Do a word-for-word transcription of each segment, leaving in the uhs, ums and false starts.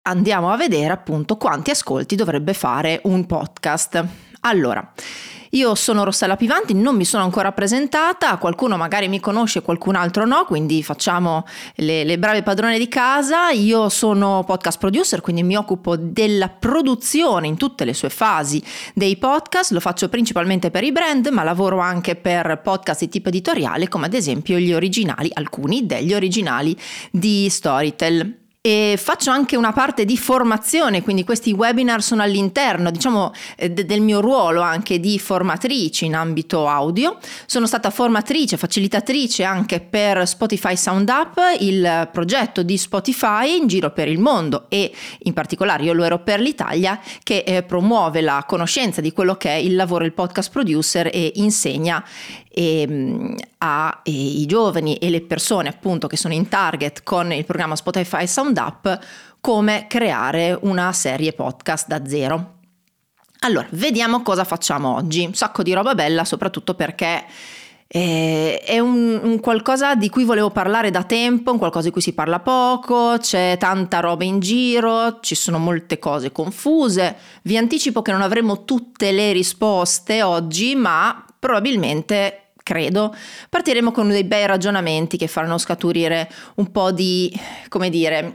andiamo a vedere appunto quanti ascolti dovrebbe fare un podcast. Allora, io sono Rossella Pivanti, non mi sono ancora presentata, qualcuno magari mi conosce, qualcun altro no, quindi facciamo le, le brave padrone di casa. Io sono podcast producer, quindi mi occupo della produzione in tutte le sue fasi dei podcast, lo faccio principalmente per i brand, ma lavoro anche per podcast di tipo editoriale, come ad esempio gli originali, alcuni degli originali di Storytel. E faccio anche una parte di formazione, quindi questi webinar sono all'interno, diciamo, eh, del mio ruolo anche di formatrice in ambito audio. Sono stata formatrice, facilitatrice anche per Spotify Sound Up, il progetto di Spotify in giro per il mondo, e in particolare io lo ero per l'Italia, che eh, promuove la conoscenza di quello che è il lavoro del podcast producer e insegna e, a e i giovani e le persone appunto che sono in target con il programma Spotify Sound Up come creare una serie podcast da zero. Allora, vediamo cosa facciamo oggi. Un sacco di roba bella, soprattutto perché eh, è un, un qualcosa di cui volevo parlare da tempo, un qualcosa di cui si parla poco, c'è tanta roba in giro, ci sono molte cose confuse. Vi anticipo che non avremo tutte le risposte oggi, ma probabilmente, credo, partiremo con dei bei ragionamenti che faranno scaturire un po' di, come dire,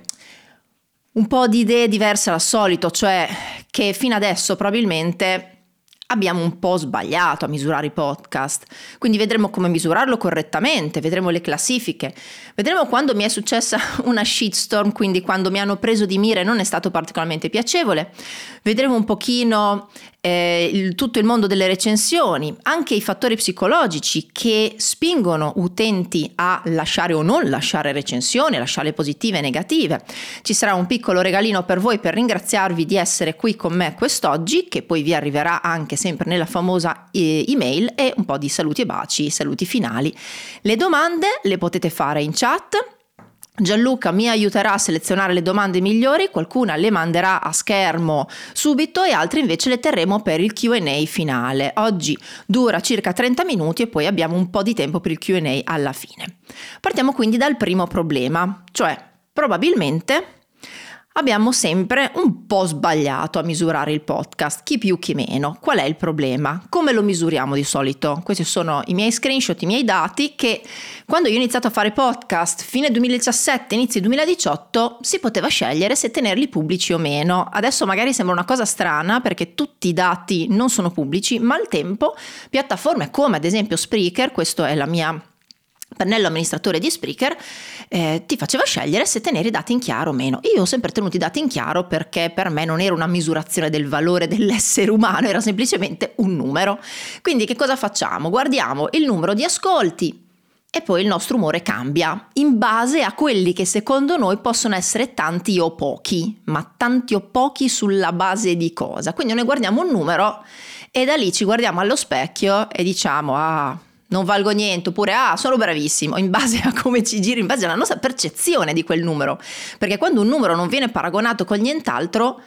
un po' di idee diverse dal solito, cioè che fino adesso probabilmente abbiamo un po' sbagliato a misurare i podcast, quindi vedremo come misurarlo correttamente, vedremo le classifiche, vedremo quando mi è successa una shitstorm, quindi quando mi hanno preso di mira e non è stato particolarmente piacevole, vedremo un pochino eh, il, tutto il mondo delle recensioni, anche i fattori psicologici che spingono utenti a lasciare o non lasciare recensioni, lasciarle positive e negative. Ci sarà un piccolo regalino per voi per ringraziarvi di essere qui con me quest'oggi, che poi vi arriverà anche sempre nella famosa email, e un po' di saluti e baci, saluti finali. Le domande le potete fare in chat. Gianluca mi aiuterà a selezionare le domande migliori, qualcuna le manderà a schermo subito e altre invece le terremo per il Q and A finale. Oggi dura circa trenta minuti e poi abbiamo un po' di tempo per il Q and A alla fine. Partiamo quindi dal primo problema, cioè probabilmente abbiamo sempre un po' sbagliato a misurare il podcast, chi più chi meno. Qual è il problema? Come lo misuriamo di solito? Questi sono i miei screenshot, i miei dati, che quando io ho iniziato a fare podcast, fine duemiladiciassette, inizio duemiladiciotto, si poteva scegliere se tenerli pubblici o meno. Adesso magari sembra una cosa strana perché tutti i dati non sono pubblici, ma al tempo piattaforme come ad esempio Spreaker, questo è la mia pannello amministratore di Spreaker, eh, ti faceva scegliere se tenere i dati in chiaro o meno. Io ho sempre tenuto i dati in chiaro perché per me non era una misurazione del valore dell'essere umano, era semplicemente un numero. Quindi che cosa facciamo? Guardiamo il numero di ascolti e poi il nostro umore cambia in base a quelli che secondo noi possono essere tanti o pochi, ma tanti o pochi sulla base di cosa? Quindi noi guardiamo un numero e da lì ci guardiamo allo specchio e diciamo ah, non valgo niente, oppure ah, sono bravissimo, in base a come ci giri, in base alla nostra percezione di quel numero, perché quando un numero non viene paragonato con nient'altro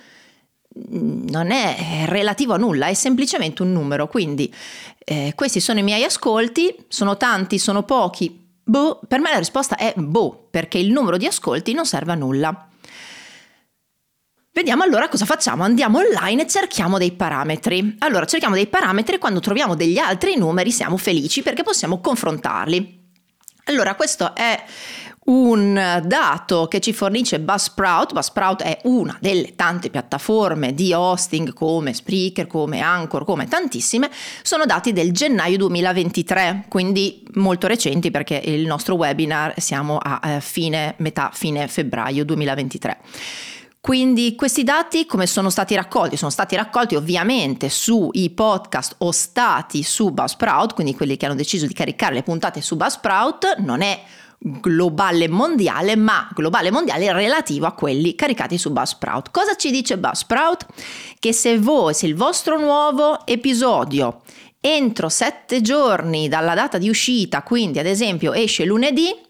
non è relativo a nulla, è semplicemente un numero. Quindi eh, questi sono i miei ascolti, sono tanti, sono pochi, boh, per me la risposta è boh, perché il numero di ascolti non serve a nulla. Vediamo allora cosa facciamo, andiamo online e cerchiamo dei parametri. Allora cerchiamo dei parametri e quando troviamo degli altri numeri siamo felici perché possiamo confrontarli. Allora questo è un dato che ci fornisce Buzzsprout. Buzzsprout è una delle tante piattaforme di hosting come Spreaker, come Anchor, come tantissime. Sono dati del gennaio duemilaventitré, quindi molto recenti perché il nostro webinar siamo a eh, fine, metà fine febbraio duemilaventitré. Quindi questi dati come sono stati raccolti? Sono stati raccolti ovviamente sui podcast ostati su Buzzsprout, quindi quelli che hanno deciso di caricare le puntate su Buzzsprout. Non è globale mondiale, ma globale mondiale relativo a quelli caricati su Buzzsprout. Cosa ci dice Buzzsprout? Che se voi, se il vostro nuovo episodio entro sette giorni dalla data di uscita, quindi ad esempio esce lunedì,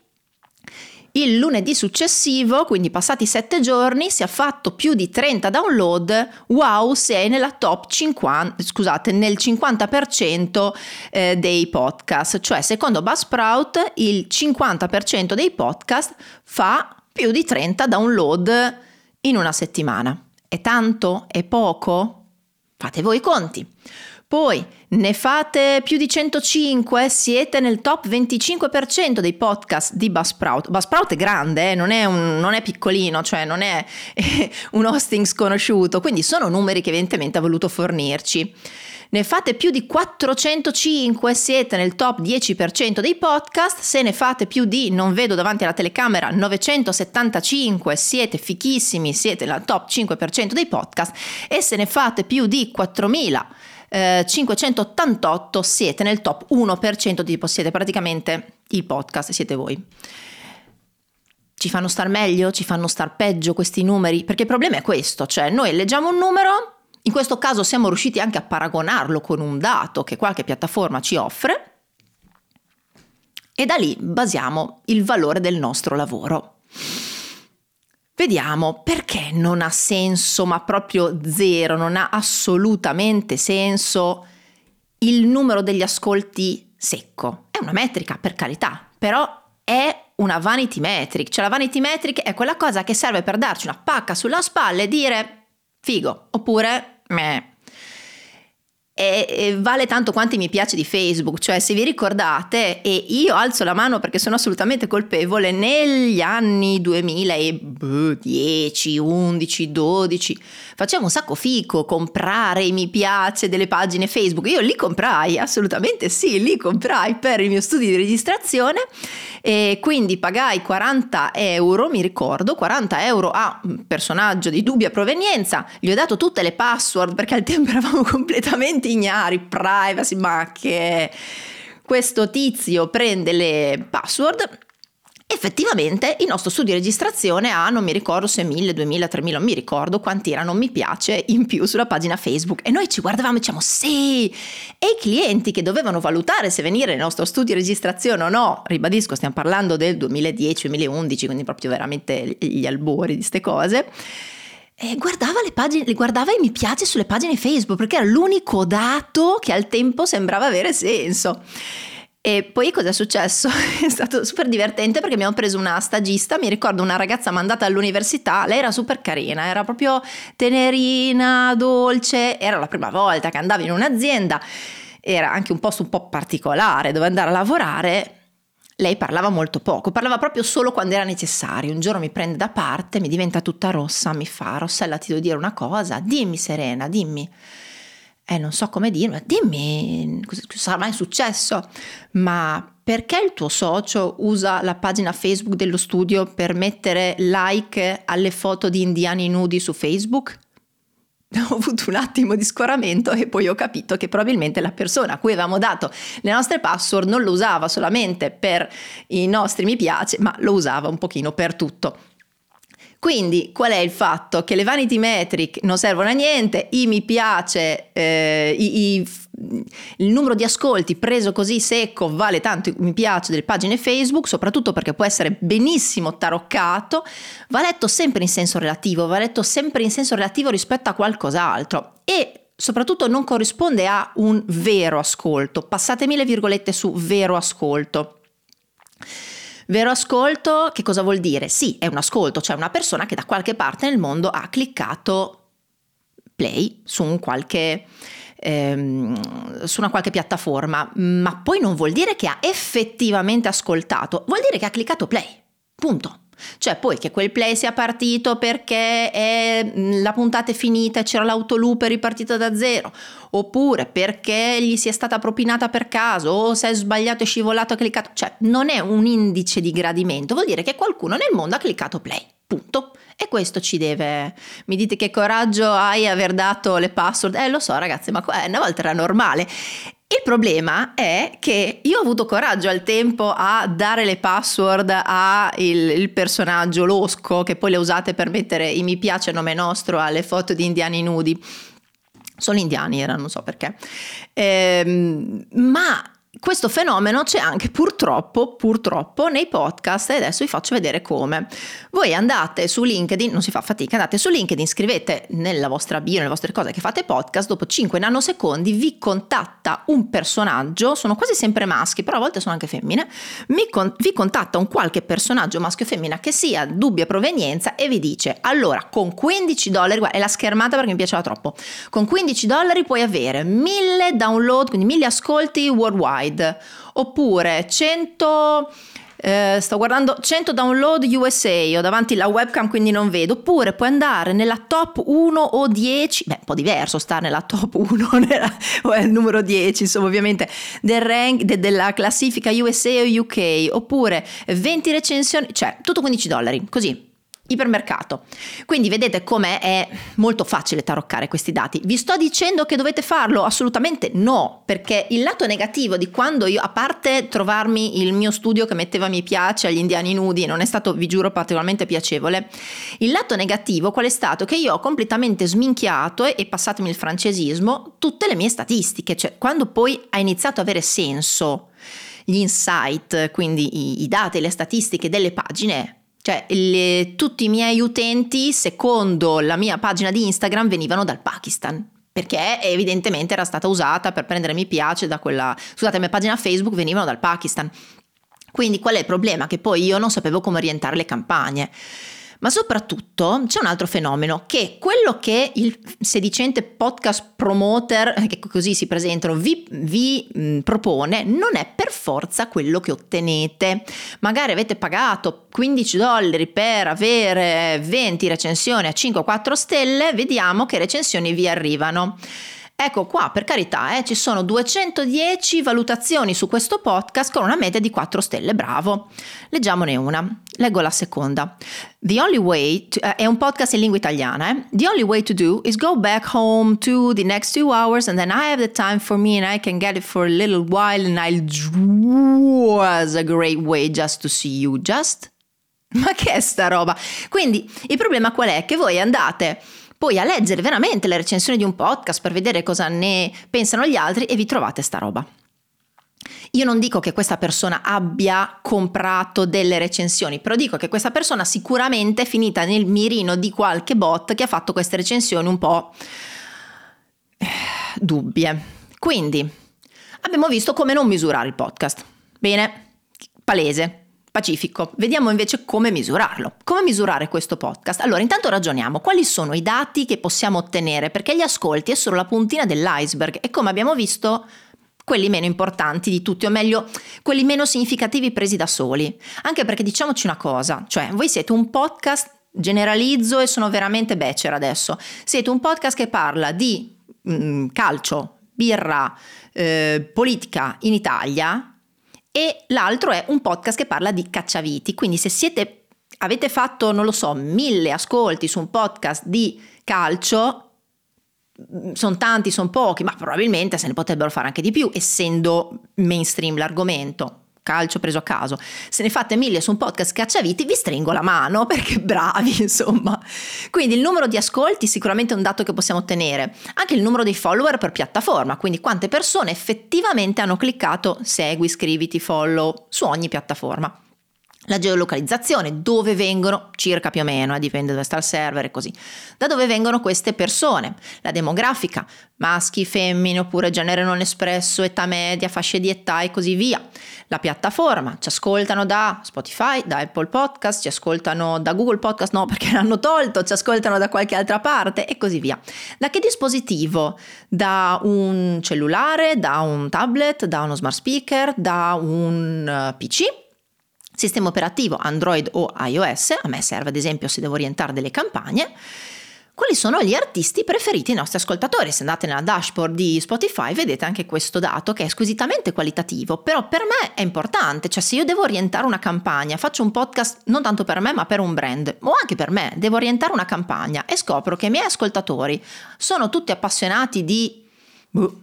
il lunedì successivo, quindi passati sette giorni, si è fatto più di trenta download, wow, sei nella top cinquanta, scusate, nel cinquanta per cento eh, dei podcast. Cioè, secondo Buzzsprout, il cinquanta per cento dei podcast fa più di trenta download in una settimana. È tanto? È poco? Fate voi i conti. Poi ne fate più di centocinque, siete nel top venticinque per cento dei podcast di Buzzsprout. Buzzsprout è grande, eh? non, è un, non è piccolino, cioè non è eh, un hosting sconosciuto, quindi sono numeri che evidentemente ha voluto fornirci. Ne fate più di quattrocentocinque, siete nel top dieci per cento dei podcast. Se ne fate più di, non vedo davanti alla telecamera, novecentosettantacinque, siete fichissimi, siete nel top cinque per cento dei podcast. E se ne fate più di quattromilacinquecentottantotto, siete nel top uno per cento, tipo siete praticamente il podcast, siete voi. Ci fanno star meglio? Ci fanno star peggio questi numeri? Perché il problema è questo, cioè noi leggiamo un numero. In questo caso siamo riusciti anche a paragonarlo con un dato che qualche piattaforma ci offre e da lì basiamo il valore del nostro lavoro. Vediamo perché non ha senso, ma proprio zero, non ha assolutamente senso il numero degli ascolti secco. È una metrica, per carità, però è una vanity metric, cioè la vanity metric è quella cosa che serve per darci una pacca sulla spalla e dire figo, oppure meh. E, e vale tanto quanti mi piace di Facebook, cioè se vi ricordate, e io alzo la mano perché sono assolutamente colpevole, negli anni duemiladieci, undici, dodici facevo un sacco fico comprare i mi piace delle pagine Facebook. Io li comprai, assolutamente sì, li comprai per il mio studio di registrazione e quindi pagai quaranta euro, mi ricordo, quaranta euro a un personaggio di dubbia provenienza, gli ho dato tutte le password perché al tempo eravamo completamente ignari, privacy, ma che questo tizio prende le password. Effettivamente il nostro studio di registrazione ha, non mi ricordo se mille, duemila, tremila, non mi ricordo quanti erano mi piace in più sulla pagina Facebook e noi ci guardavamo e diciamo sì, e i clienti che dovevano valutare se venire nel nostro studio di registrazione o no, ribadisco stiamo parlando del duemiladieci duemilaundici, quindi proprio veramente gli albori di ste cose, e guardava le pagine, guardava i mi piace sulle pagine Facebook perché era l'unico dato che al tempo sembrava avere senso. E poi cosa è successo? È stato super divertente perché abbiamo preso una stagista, mi ricordo una ragazza mandata all'università, lei era super carina, era proprio tenerina, dolce, era la prima volta che andava in un'azienda, era anche un posto un po' particolare dove andare a lavorare. Lei parlava molto poco, parlava proprio solo quando era necessario. Un giorno mi prende da parte, mi diventa tutta rossa, mi fa: Rossella, ti devo dire una cosa, dimmi Serena, dimmi. Eh, non so come dirmi, dimmi, cosa sarà mai successo? Ma perché il tuo socio usa la pagina Facebook dello studio per mettere like alle foto di indiani nudi su Facebook? Ho avuto un attimo di scoramento e poi ho capito che probabilmente la persona a cui avevamo dato le nostre password non lo usava solamente per i nostri mi piace, ma lo usava un pochino per tutto. Quindi qual è il fatto? Che le vanity metric non servono a niente, i mi piace, eh, i, i, il numero di ascolti preso così secco vale tanto mi piace delle pagine Facebook, soprattutto perché può essere benissimo taroccato, va letto sempre in senso relativo, va letto sempre in senso relativo rispetto a qualcos'altro e soprattutto non corrisponde a un vero ascolto. Passatemi le virgolette su vero ascolto. Vero ascolto, che cosa vuol dire? Sì, è un ascolto, cioè una persona che da qualche parte nel mondo ha cliccato play su un qualche, ehm, su una qualche piattaforma, ma poi non vuol dire che ha effettivamente ascoltato, vuol dire che ha cliccato play, punto. Cioè poi che quel play sia partito perché è, la puntata è finita e c'era l'autoloop ripartito da zero, oppure perché gli sia stata propinata per caso o se è sbagliato e scivolato e ha cliccato, cioè non è un indice di gradimento, vuol dire che qualcuno nel mondo ha cliccato play, punto. E questo ci deve, mi dite che coraggio hai aver dato le password, eh lo so ragazzi, ma una volta era normale. Il problema è che io ho avuto coraggio al tempo a dare le password a il, il personaggio losco che poi le usate per mettere i mi piace a nome nostro alle foto di indiani nudi. Solo indiani erano, non so perché. Ehm, ma questo fenomeno c'è anche purtroppo, purtroppo nei podcast, e adesso vi faccio vedere come. Voi andate su LinkedIn, non si fa fatica, andate su LinkedIn, scrivete nella vostra bio, nelle vostre cose che fate podcast, dopo cinque nanosecondi vi contatta un personaggio, sono quasi sempre maschi, però a volte sono anche femmine, mi con, vi contatta un qualche personaggio maschio o femmina che sia dubbia provenienza e vi dice: allora con quindici dollari, guarda, è la schermata perché mi piaceva troppo, con quindici dollari puoi avere mille download, quindi mille ascolti worldwide, oppure cento eh, sto guardando cento download U S A, ho davanti la webcam quindi non vedo, oppure puoi andare nella top uno o dieci, beh un po' diverso stare nella top uno nella, o è il numero dieci insomma ovviamente del rank de, della classifica U S A o U K, oppure venti recensioni, cioè tutto quindici dollari così, ipermercato. Quindi vedete com'è è molto facile taroccare questi dati. Vi sto dicendo che dovete farlo? Assolutamente no, perché il lato negativo di quando io, a parte trovarmi il mio studio che metteva mi piace agli indiani nudi, non è stato, vi giuro, particolarmente piacevole, il lato negativo qual è stato? Che io ho completamente sminchiato, e, e passatemi il francesismo, tutte le mie statistiche, cioè quando poi ha iniziato a avere senso gli insight, quindi i, i dati, le statistiche delle pagine, cioè le, tutti i miei utenti secondo la mia pagina di Instagram venivano dal Pakistan, perché evidentemente era stata usata per prendere mi piace da quella, scusate, la mia pagina Facebook venivano dal Pakistan. Quindi qual è il problema? Che poi io non sapevo come orientare le campagne. Ma soprattutto c'è un altro fenomeno, che quello che il sedicente podcast promoter, che così si presentano, vi, vi mh, propone, non è per forza quello che ottenete. Magari avete pagato quindici dollari per avere venti recensioni a cinque o quattro stelle, vediamo che recensioni vi arrivano. Ecco qua, per carità, eh, ci sono duecentodieci valutazioni su questo podcast con una media di quattro stelle, bravo. Leggiamone una, leggo la seconda. The only way, to, uh, è un podcast in lingua italiana, eh? The only way to do is go back home to the next two hours and then I have the time for me and I can get it for a little while and I'll was a great way just to see you, just? Ma che è sta roba? Quindi il problema qual è? Che voi andate poi a leggere veramente le recensioni di un podcast per vedere cosa ne pensano gli altri e vi trovate sta roba. Io non dico che questa persona abbia comprato delle recensioni, però dico che questa persona sicuramente è finita nel mirino di qualche bot che ha fatto queste recensioni un po' dubbie. Quindi abbiamo visto come non misurare il podcast. Bene, palese. Pacifico. Vediamo invece come misurarlo. Come misurare questo podcast? Allora, intanto ragioniamo. Quali sono i dati che possiamo ottenere? Perché gli ascolti è solo la puntina dell'iceberg e, come abbiamo visto, quelli meno importanti di tutti, o meglio, quelli meno significativi presi da soli. Anche perché diciamoci una cosa, cioè voi siete un podcast, generalizzo e sono veramente becera adesso, siete un podcast che parla di mh, calcio, birra, eh, politica in Italia, e l'altro è un podcast che parla di cacciaviti. Quindi se siete, avete fatto, non lo so, mille ascolti su un podcast di calcio, sono tanti, sono pochi, ma probabilmente se ne potrebbero fare anche di più, essendo mainstream l'argomento, calcio preso a caso. Se ne fate mille su un podcast cacciaviti, vi stringo la mano, perché bravi, insomma. Quindi il numero di ascolti sicuramente è un dato che possiamo ottenere, anche il numero dei follower per piattaforma, quindi quante persone effettivamente hanno cliccato segui, iscriviti, follow su ogni piattaforma. La geolocalizzazione, dove vengono, circa più o meno, eh, dipende dove sta il server e così, da dove vengono queste persone. La demografica, maschi, femmine, oppure genere non espresso, età media, fasce di età e così via. La piattaforma, ci ascoltano da Spotify, da Apple Podcast, ci ascoltano da Google Podcast, no perché l'hanno tolto, ci ascoltano da qualche altra parte e così via. Da che dispositivo? Da un cellulare, da un tablet, da uno smart speaker, da un uh, P C? Sistema operativo Android o iOS, a me serve ad esempio se devo orientare delle campagne. Quali sono gli artisti preferiti dei nostri ascoltatori? Se andate nella dashboard di Spotify vedete anche questo dato che è squisitamente qualitativo, però per me è importante, cioè se io devo orientare una campagna, faccio un podcast non tanto per me ma per un brand, o anche per me, devo orientare una campagna e scopro che i miei ascoltatori sono tutti appassionati di uh,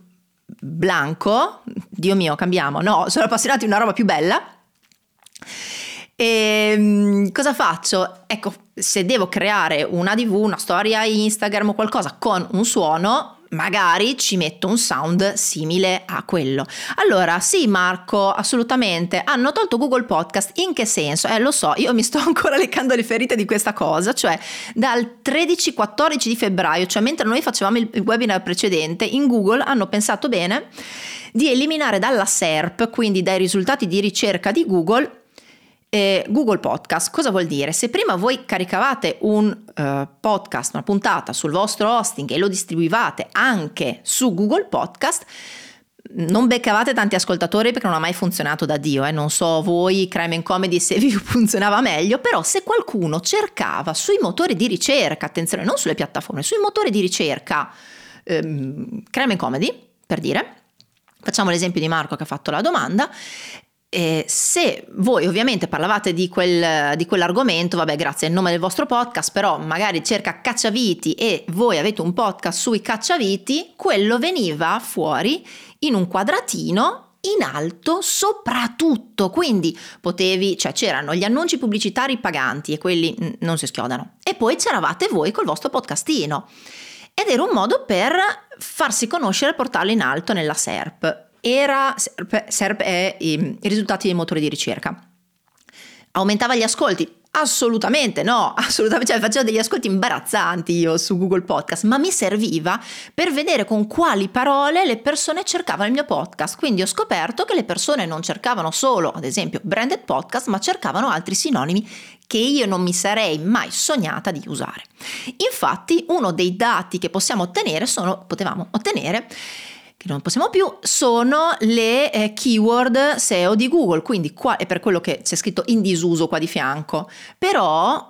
Blanco, Dio mio cambiamo, no, sono appassionati di una roba più bella. E cosa faccio? Ecco, se devo creare una D V, una storia Instagram o qualcosa con un suono, magari ci metto un sound simile a quello. Allora sì Marco, assolutamente, hanno tolto Google Podcast, in che senso? Eh lo so, io mi sto ancora leccando le ferite di questa cosa, cioè dal tredici quattordici di febbraio, cioè mentre noi facevamo il webinar precedente, in Google hanno pensato bene di eliminare dalla S E R P, quindi dai risultati di ricerca di Google, Eh, Google Podcast. Cosa vuol dire? Se prima voi caricavate un uh, podcast, una puntata sul vostro hosting e lo distribuivate anche su Google Podcast, non beccavate tanti ascoltatori perché non ha mai funzionato da Dio, eh? Non so voi Crime and Comedy se vi funzionava meglio, però se qualcuno cercava sui motori di ricerca, attenzione, non sulle piattaforme, sui motori di ricerca ehm, Crime and Comedy, per dire, facciamo l'esempio di Marco che ha fatto la domanda. Eh, se voi ovviamente parlavate di, quel, di quell'argomento, vabbè grazie, è il nome del vostro podcast, però magari cerca cacciaviti e voi avete un podcast sui cacciaviti, quello veniva fuori in un quadratino in alto soprattutto, quindi potevi, cioè c'erano gli annunci pubblicitari paganti e quelli mh, non si schiodano, e poi c'eravate voi col vostro podcastino ed era un modo per farsi conoscere e portarlo in alto nella S E R P. Era S E R P è i, i risultati dei motori di ricerca. Aumentava gli ascolti? Assolutamente no, assolutamente, cioè facevo degli ascolti imbarazzanti io su Google Podcast, ma mi serviva per vedere con quali parole le persone cercavano il mio podcast. Quindi ho scoperto che le persone non cercavano solo, ad esempio, branded podcast, ma cercavano altri sinonimi che io non mi sarei mai sognata di usare. Infatti, uno dei dati che possiamo ottenere sono, potevamo ottenere, che non possiamo più, sono le eh, keyword S E O di Google, quindi qua è per quello che c'è scritto in disuso qua di fianco, però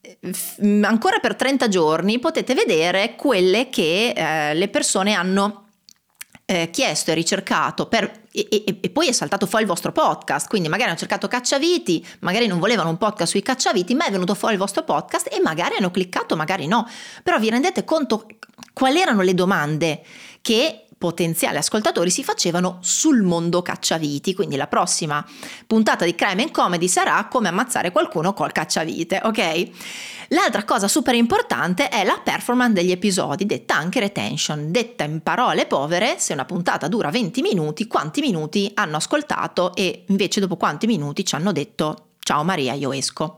f- ancora per trenta giorni potete vedere quelle che eh, le persone hanno eh, chiesto e ricercato per, e, e, e poi è saltato fuori il vostro podcast, quindi magari hanno cercato cacciaviti, magari non volevano un podcast sui cacciaviti, ma è venuto fuori il vostro podcast e magari hanno cliccato, magari no, però vi rendete conto quali erano le domande che potenziali ascoltatori si facevano sul mondo cacciaviti. Quindi la prossima puntata di Crime and Comedy sarà come ammazzare qualcuno col cacciavite, ok? L'altra cosa super importante è la performance degli episodi, detta anche retention. Detta in parole povere, se una puntata dura venti minuti, quanti minuti hanno ascoltato e invece dopo quanti minuti ci hanno detto ciao Maria, io esco.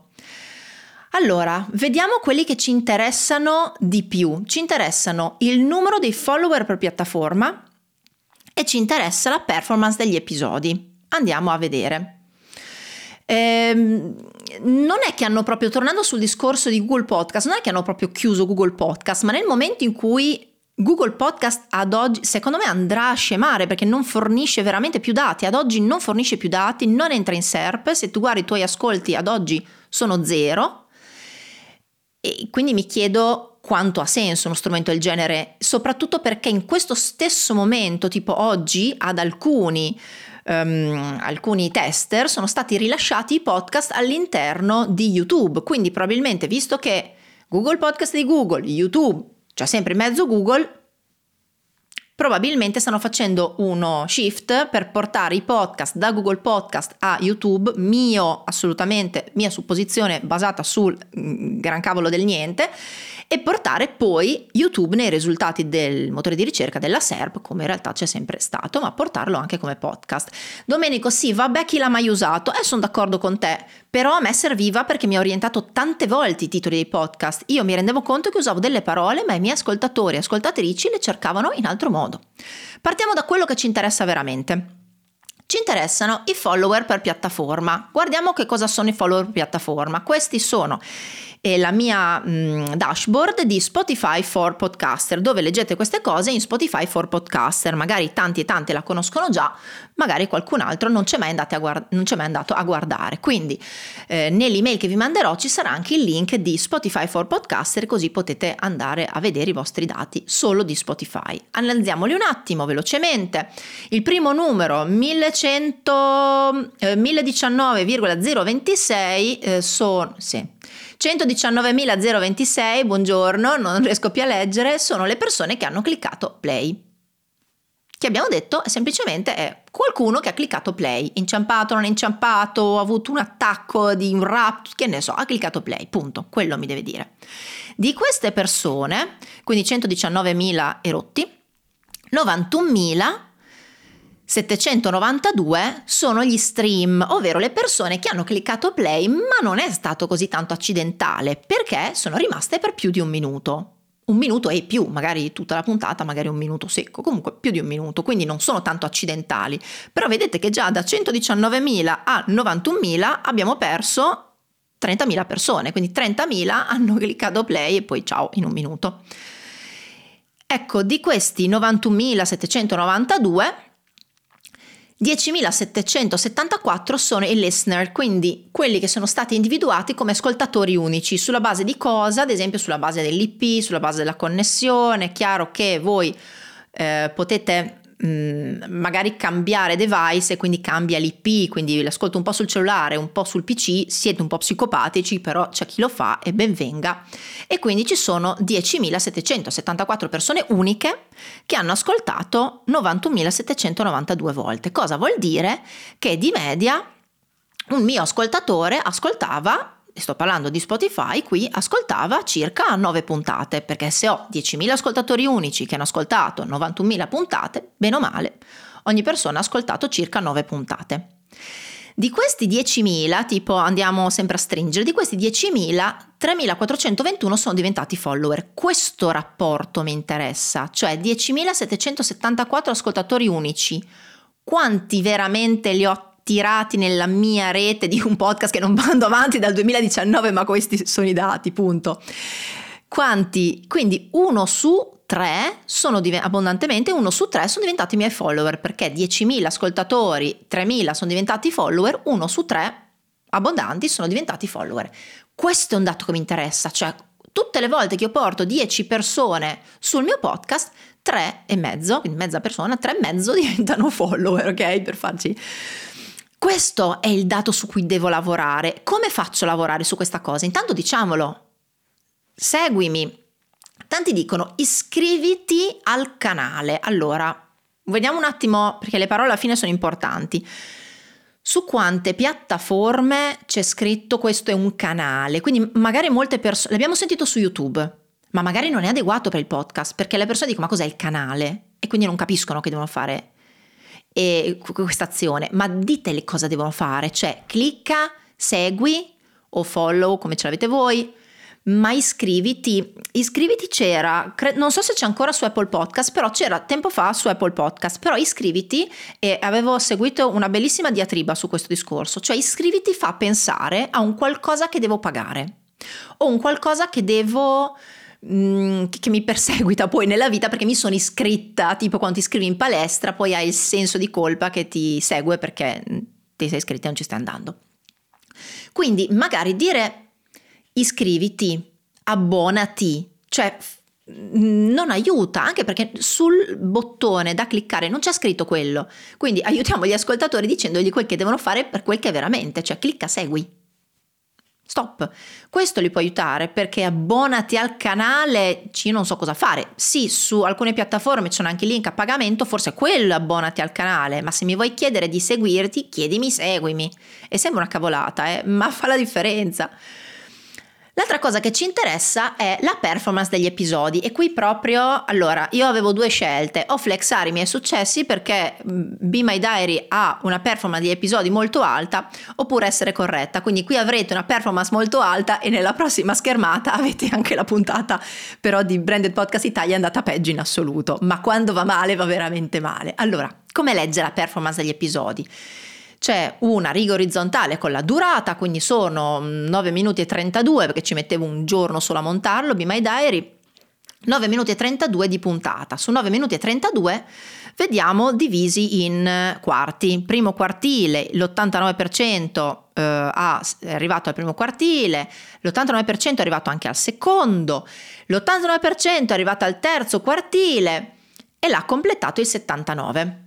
Allora, vediamo quelli che ci interessano di più. Ci interessano il numero dei follower per piattaforma e ci interessa la performance degli episodi. Andiamo a vedere. Ehm, non è che hanno proprio, tornando sul discorso di Google Podcast, non è che hanno proprio chiuso Google Podcast, ma nel momento in cui Google Podcast ad oggi, secondo me, andrà a scemare perché non fornisce veramente più dati. Ad oggi non fornisce più dati, non entra in S E R P. Se tu guardi i tuoi ascolti ad oggi sono zero. E quindi mi chiedo quanto ha senso uno strumento del genere, soprattutto perché in questo stesso momento, tipo oggi, ad alcuni, um, alcuni tester sono stati rilasciati i podcast all'interno di YouTube. Quindi probabilmente, visto che Google Podcast di Google, YouTube, c'è sempre in mezzo Google, probabilmente stanno facendo uno shift per portare i podcast da Google Podcast a YouTube, mio assolutamente, mia supposizione basata sul gran cavolo del niente, e portare poi YouTube nei risultati del motore di ricerca della S E R P, come in realtà c'è sempre stato, ma portarlo anche come podcast. Domenico, sì, vabbè, chi l'ha mai usato? Eh, sono d'accordo con te, però a me serviva perché mi ha orientato tante volte i titoli dei podcast. Io mi rendevo conto che usavo delle parole, ma i miei ascoltatori e ascoltatrici le cercavano in altro modo. Partiamo da quello che ci interessa veramente. Ci interessano i follower per piattaforma. Guardiamo che cosa sono i follower per piattaforma. Questi sono eh, la mia mh, dashboard di Spotify for Podcaster, dove leggete queste cose in Spotify for Podcaster. Magari tanti e tante la conoscono già, magari qualcun altro non c'è mai, andate a guard- non c'è mai andato a guardare. Quindi eh, nell'email che vi manderò ci sarà anche il link di Spotify for Podcaster, così potete andare a vedere i vostri dati solo di Spotify. Analizziamoli un attimo velocemente. Il primo numero millecento, eh, millediciannove virgola zero ventisei eh, sono sì, centodiciannovemila ventisei, buongiorno, non riesco più a leggere, sono le persone che hanno cliccato play. Che abbiamo detto è semplicemente è qualcuno che ha cliccato play, inciampato, non inciampato, ha avuto un attacco di un rap, che ne so, ha cliccato play, punto, quello mi deve dire. Di queste persone, quindi centodiciannovemila e rotti, novantunomilasettecentonovantadue sono gli stream, ovvero le persone che hanno cliccato play, ma non è stato così tanto accidentale, perché sono rimaste per più di un minuto. Un minuto e più, magari tutta la puntata, magari un minuto secco, comunque più di un minuto, quindi non sono tanto accidentali. Però vedete che già da centodiciannovemila a novantunomila abbiamo perso trentamila persone, quindi trentamila hanno cliccato play e poi ciao in un minuto. Ecco, di questi novantunomilasettecentonovantadue, diecimilasettecentosettantaquattro sono i listener, quindi quelli che sono stati individuati come ascoltatori unici. Sulla base di cosa? Ad esempio sulla base dell'I P, sulla base della connessione. È chiaro che voi eh, potete mh, magari cambiare device e quindi cambia l'I P, quindi l'ascolto un po' sul cellulare, un po' sul P C, siete un po' psicopatici, però c'è chi lo fa e ben venga. E quindi ci sono diecimilasettecentosettantaquattro persone uniche che hanno ascoltato novantunomilasettecentonovantadue volte. Cosa vuol dire? Che di media un mio ascoltatore ascoltava, e sto parlando di Spotify, qui ascoltava circa nove puntate, perché se ho diecimila ascoltatori unici che hanno ascoltato novantunomila puntate, bene o male, ogni persona ha ascoltato circa nove puntate. Di questi diecimila, tipo andiamo sempre a stringere, di questi diecimila, tremilaquattrocentoventuno sono diventati follower. Questo rapporto mi interessa, cioè diecimilasettecentosettantaquattro ascoltatori unici. Quanti veramente li ho tirati nella mia rete di un podcast che non vado avanti dal duemiladiciannove, ma questi sono i dati, punto. Quanti? Quindi uno su tre sono div- abbondantemente uno su tre sono diventati miei follower, perché diecimila ascoltatori, tremila sono diventati follower, uno su tre abbondanti sono diventati follower. Questo è un dato che mi interessa, cioè tutte le volte che io porto dieci persone sul mio podcast, tre e mezzo, quindi mezza persona, tre e mezzo diventano follower, ok? Per farci... Questo è il dato su cui devo lavorare. Come faccio a lavorare su questa cosa? Intanto diciamolo, seguimi. Tanti dicono iscriviti al canale. Allora, vediamo un attimo, perché le parole alla fine sono importanti. Su quante piattaforme c'è scritto questo è un canale? Quindi magari molte persone, l'abbiamo sentito su YouTube, ma magari non è adeguato per il podcast, perché le persone dicono ma cos'è il canale? E quindi non capiscono che devono fare e questa azione, ma ditele cosa devono fare, cioè clicca, segui o follow come ce l'avete voi, ma iscriviti, iscriviti c'era, cre- non so se c'è ancora su Apple Podcast, però c'era tempo fa su Apple Podcast, però iscriviti, e avevo seguito una bellissima diatriba su questo discorso, cioè iscriviti fa pensare a un qualcosa che devo pagare o un qualcosa che devo... che mi perseguita poi nella vita perché mi sono iscritta, tipo quando ti iscrivi in palestra poi hai il senso di colpa che ti segue perché ti sei iscritta e non ci stai andando. Quindi magari dire iscriviti, abbonati, cioè non aiuta, anche perché sul bottone da cliccare non c'è scritto quello, quindi aiutiamo gli ascoltatori dicendogli quel che devono fare per quel che è veramente, cioè clicca segui. Stop. Questo li può aiutare, perché abbonati al canale, io non so cosa fare. Sì, su alcune piattaforme c'è anche il link a pagamento, forse quello abbonati al canale, ma se mi vuoi chiedere di seguirti, chiedimi seguimi. E sembra una cavolata, eh? Ma fa la differenza. L'altra cosa che ci interessa è la performance degli episodi, e qui proprio, allora, io avevo due scelte: o flexare i miei successi perché Be My Diary ha una performance di episodi molto alta, oppure essere corretta. Quindi qui avrete una performance molto alta e nella prossima schermata avete anche la puntata però di Branded Podcast Italia è andata peggio in assoluto, ma quando va male va veramente male. Allora, come legge la performance degli episodi? C'è una riga orizzontale con la durata, quindi sono nove minuti e trentadue, perché ci mettevo un giorno solo a montarlo, Be My Diary, nove minuti e trentadue di puntata. Su nove minuti e trentadue vediamo divisi in quarti. Primo quartile, l'ottantanove per cento eh, è arrivato al primo quartile, l'ottantanove per cento è arrivato anche al secondo, l'ottantanove per cento è arrivato al terzo quartile e l'ha completato il settantanove.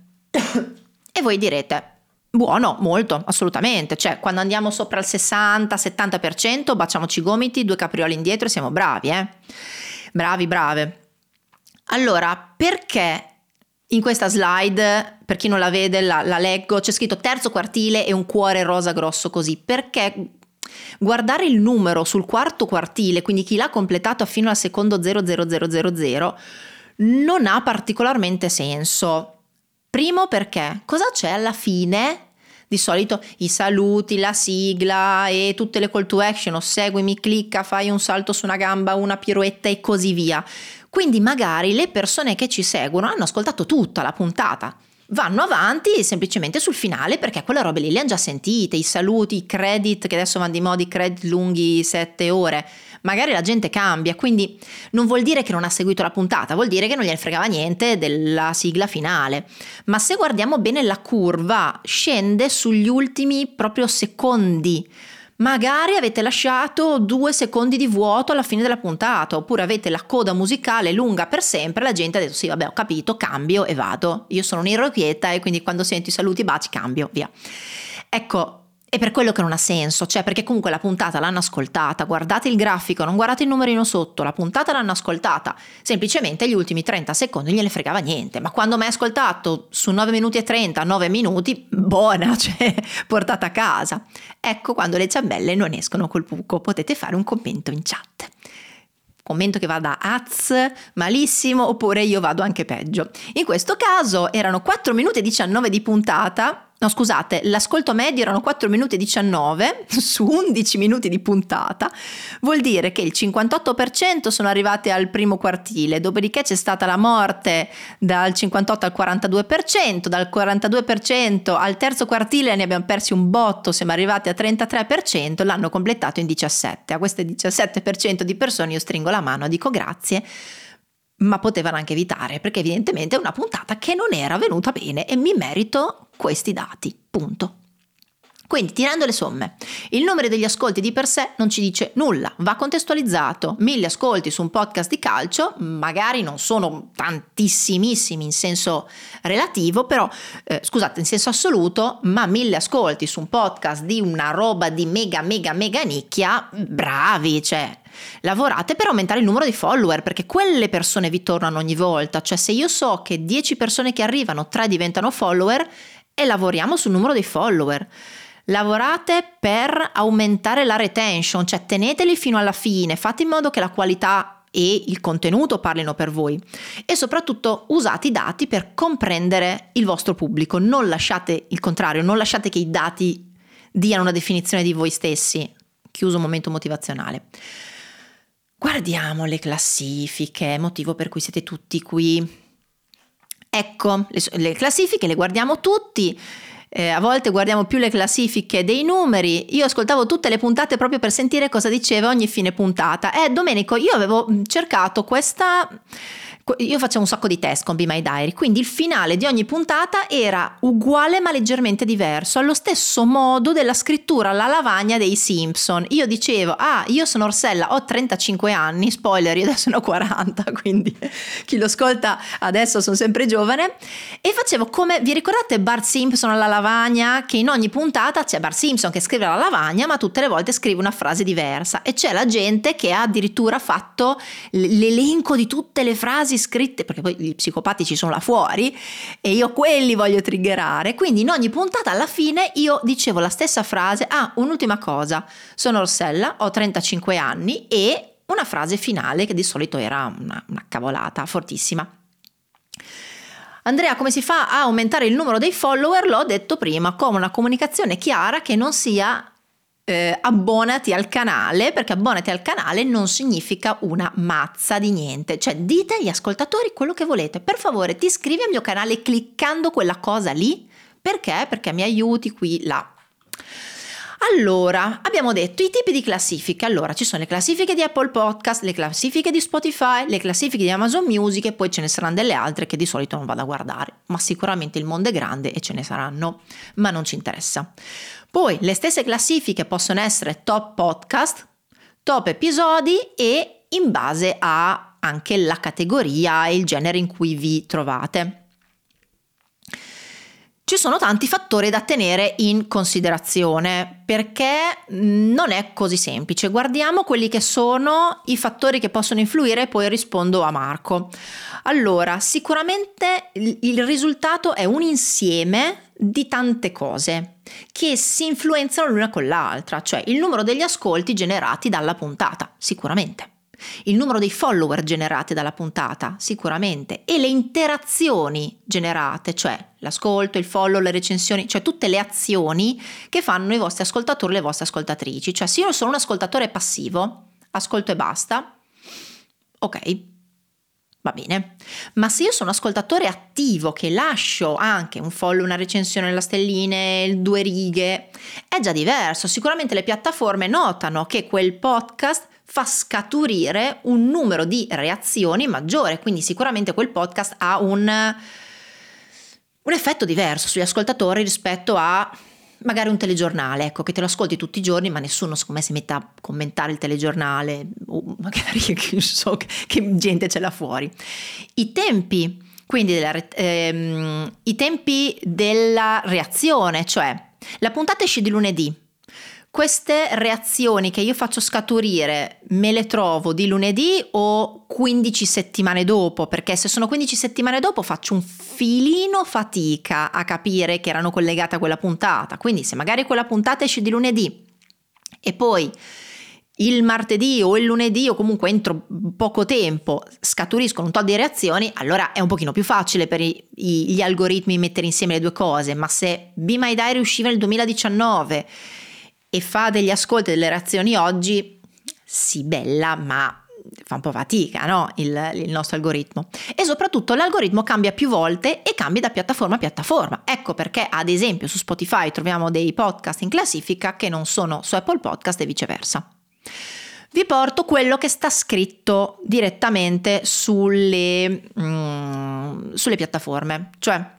E voi direte: buono, molto, assolutamente, cioè quando andiamo sopra il sessanta settanta per cento baciamoci i gomiti, due caprioli indietro e siamo bravi, eh? Bravi, brave. Allora, perché in questa slide, per chi non la vede, la, la leggo, c'è scritto terzo quartile e un cuore rosa grosso così? Perché guardare il numero sul quarto quartile, quindi chi l'ha completato fino al secondo zero zero zero zero zero, non ha particolarmente senso. Primo perché cosa c'è alla fine? Di solito i saluti, la sigla e tutte le call to action, o seguimi, clicca, fai un salto su una gamba, una piroetta e così via. Quindi magari le persone che ci seguono hanno ascoltato tutta la puntata, vanno avanti semplicemente sul finale perché quelle robe lì le hanno già sentite, i saluti, i credit, che adesso vanno di moda, i credit lunghi sette ore. Magari la gente cambia, quindi non vuol dire che non ha seguito la puntata, vuol dire che non gliene fregava niente della sigla finale. Ma se guardiamo bene la curva, scende sugli ultimi proprio secondi. Magari avete lasciato due secondi di vuoto alla fine della puntata, oppure avete la coda musicale lunga per sempre, la gente ha detto sì vabbè ho capito, cambio e vado. Io sono un'irrequieta e quindi quando sento i saluti, baci, cambio, via. Ecco, è per quello che non ha senso, cioè perché comunque la puntata l'hanno ascoltata, guardate il grafico, non guardate il numerino sotto, la puntata l'hanno ascoltata, semplicemente gli ultimi trenta secondi gliene fregava niente, ma quando mi hai ascoltato su nove minuti e trenta, nove minuti, buona, cioè portata a casa. Ecco quando le ciambelle non escono col buco, potete fare un commento in chat. Commento che vada az, malissimo, oppure io vado anche peggio. In questo caso erano quattro minuti e diciannove di puntata. No, scusate, l'ascolto medio erano quattro minuti e diciannove su undici minuti di puntata, vuol dire che il cinquantotto per cento sono arrivate al primo quartile, dopodiché c'è stata la morte dal cinquantotto al quarantadue per cento, dal quarantadue per cento al terzo quartile ne abbiamo persi un botto, siamo arrivati a trentatré per cento, l'hanno completato in diciassette. A queste diciassette per cento di persone io stringo la mano, dico grazie, ma potevano anche evitare, perché evidentemente è una puntata che non era venuta bene e mi merito questi dati, punto. Quindi tirando le somme, il numero degli ascolti di per sé non ci dice nulla, va contestualizzato. Mille ascolti su un podcast di calcio magari non sono tantissimissimi in senso relativo, però eh, scusate, in senso assoluto, ma mille ascolti su un podcast di una roba di mega mega mega nicchia, bravi, cioè lavorate per aumentare il numero di follower, perché quelle persone vi tornano ogni volta. Cioè se io so che dieci persone che arrivano, tre diventano follower, e lavoriamo sul numero dei follower. Lavorate per aumentare la retention, cioè teneteli fino alla fine, fate in modo che la qualità e il contenuto parlino per voi, e soprattutto usate i dati per comprendere il vostro pubblico. Non lasciate il contrario, non lasciate che i dati diano una definizione di voi stessi. Chiuso un momento motivazionale. Guardiamo le classifiche, motivo per cui siete tutti qui. Ecco, le, le classifiche le guardiamo tutti, eh, a volte guardiamo più le classifiche dei numeri. Io ascoltavo tutte le puntate proprio per sentire cosa diceva ogni fine puntata. Eh, Domenico, io avevo cercato questa... Io facevo un sacco di test con Be My Diary, quindi il finale di ogni puntata era uguale ma leggermente diverso, allo stesso modo della scrittura alla lavagna dei Simpson. Io dicevo, ah, io sono Rossella, ho trentacinque anni, spoiler, io adesso ne ho quaranta, quindi chi lo ascolta adesso sono sempre giovane, e facevo come, vi ricordate Bart Simpson alla lavagna? Che in ogni puntata c'è Bart Simpson che scrive alla lavagna, ma tutte le volte scrive una frase diversa, e c'è la gente che ha addirittura fatto l'elenco di tutte le frasi scritte, perché poi gli psicopatici sono là fuori e io quelli voglio triggerare, quindi in ogni puntata alla fine io dicevo la stessa frase, ah, un'ultima cosa, sono Rossella, ho trentacinque anni, e una frase finale che di solito era una, una cavolata fortissima. Andrea, come si fa a aumentare il numero dei follower? L'ho detto prima, con una comunicazione chiara che non sia Eh, abbonati al canale, perché abbonati al canale non significa una mazza di niente. Cioè dite agli ascoltatori quello che volete, per favore ti iscrivi al mio canale cliccando quella cosa lì, perché? Perché mi aiuti qui, là. Allora, abbiamo detto i tipi di classifiche. Allora, ci sono le classifiche di Apple Podcast, le classifiche di Spotify, le classifiche di Amazon Music, e poi ce ne saranno delle altre che di solito non vado a guardare, ma sicuramente il mondo è grande e ce ne saranno, ma non ci interessa. Poi le stesse classifiche possono essere top podcast, top episodi, e in base a anche la categoria e il genere in cui vi trovate. Ci sono tanti fattori da tenere in considerazione, perché non è così semplice. Guardiamo quelli che sono i fattori che possono influire e poi rispondo a Marco. Allora, sicuramente il risultato è un insieme di tante cose che si influenzano l'una con l'altra, cioè il numero degli ascolti generati dalla puntata, sicuramente. il numero dei follower generati dalla puntata, sicuramente, e le interazioni generate, cioè l'ascolto, il follow, le recensioni, cioè tutte le azioni che fanno i vostri ascoltatori, le vostre ascoltatrici. Cioè se io sono un ascoltatore passivo, ascolto e basta, ok, va bene, ma se io sono ascoltatore attivo che lascio anche un follow, una recensione, la stelline, due righe, è già diverso. Sicuramente le piattaforme notano che quel podcast fa scaturire un numero di reazioni maggiore, quindi sicuramente quel podcast ha un, un effetto diverso sugli ascoltatori rispetto a magari un telegiornale, ecco, che te lo ascolti tutti i giorni ma nessuno secondo me si mette a commentare il telegiornale, o magari che, so, che gente ce l'ha fuori. I tempi, quindi della, ehm, i tempi della reazione, cioè la puntata esce di lunedì, queste reazioni che io faccio scaturire me le trovo di lunedì o quindici settimane dopo? Perché se sono quindici settimane dopo faccio un filino fatica a capire che erano collegate a quella puntata. Quindi se magari quella puntata esce di lunedì e poi il martedì o il lunedì o comunque entro poco tempo scaturiscono un tot di reazioni, allora è un pochino più facile per i, i, gli algoritmi mettere insieme le due cose. Ma se Be My Diary usciva nel duemiladiciannove e fa degli ascolti e delle reazioni oggi, sì, bella, ma fa un po' fatica, no? Il, il nostro algoritmo. E soprattutto l'algoritmo cambia più volte e cambia da piattaforma a piattaforma. Ecco perché ad esempio su Spotify troviamo dei podcast in classifica che non sono su Apple Podcast e viceversa. Vi porto quello che sta scritto direttamente sulle, mm, sulle piattaforme, cioè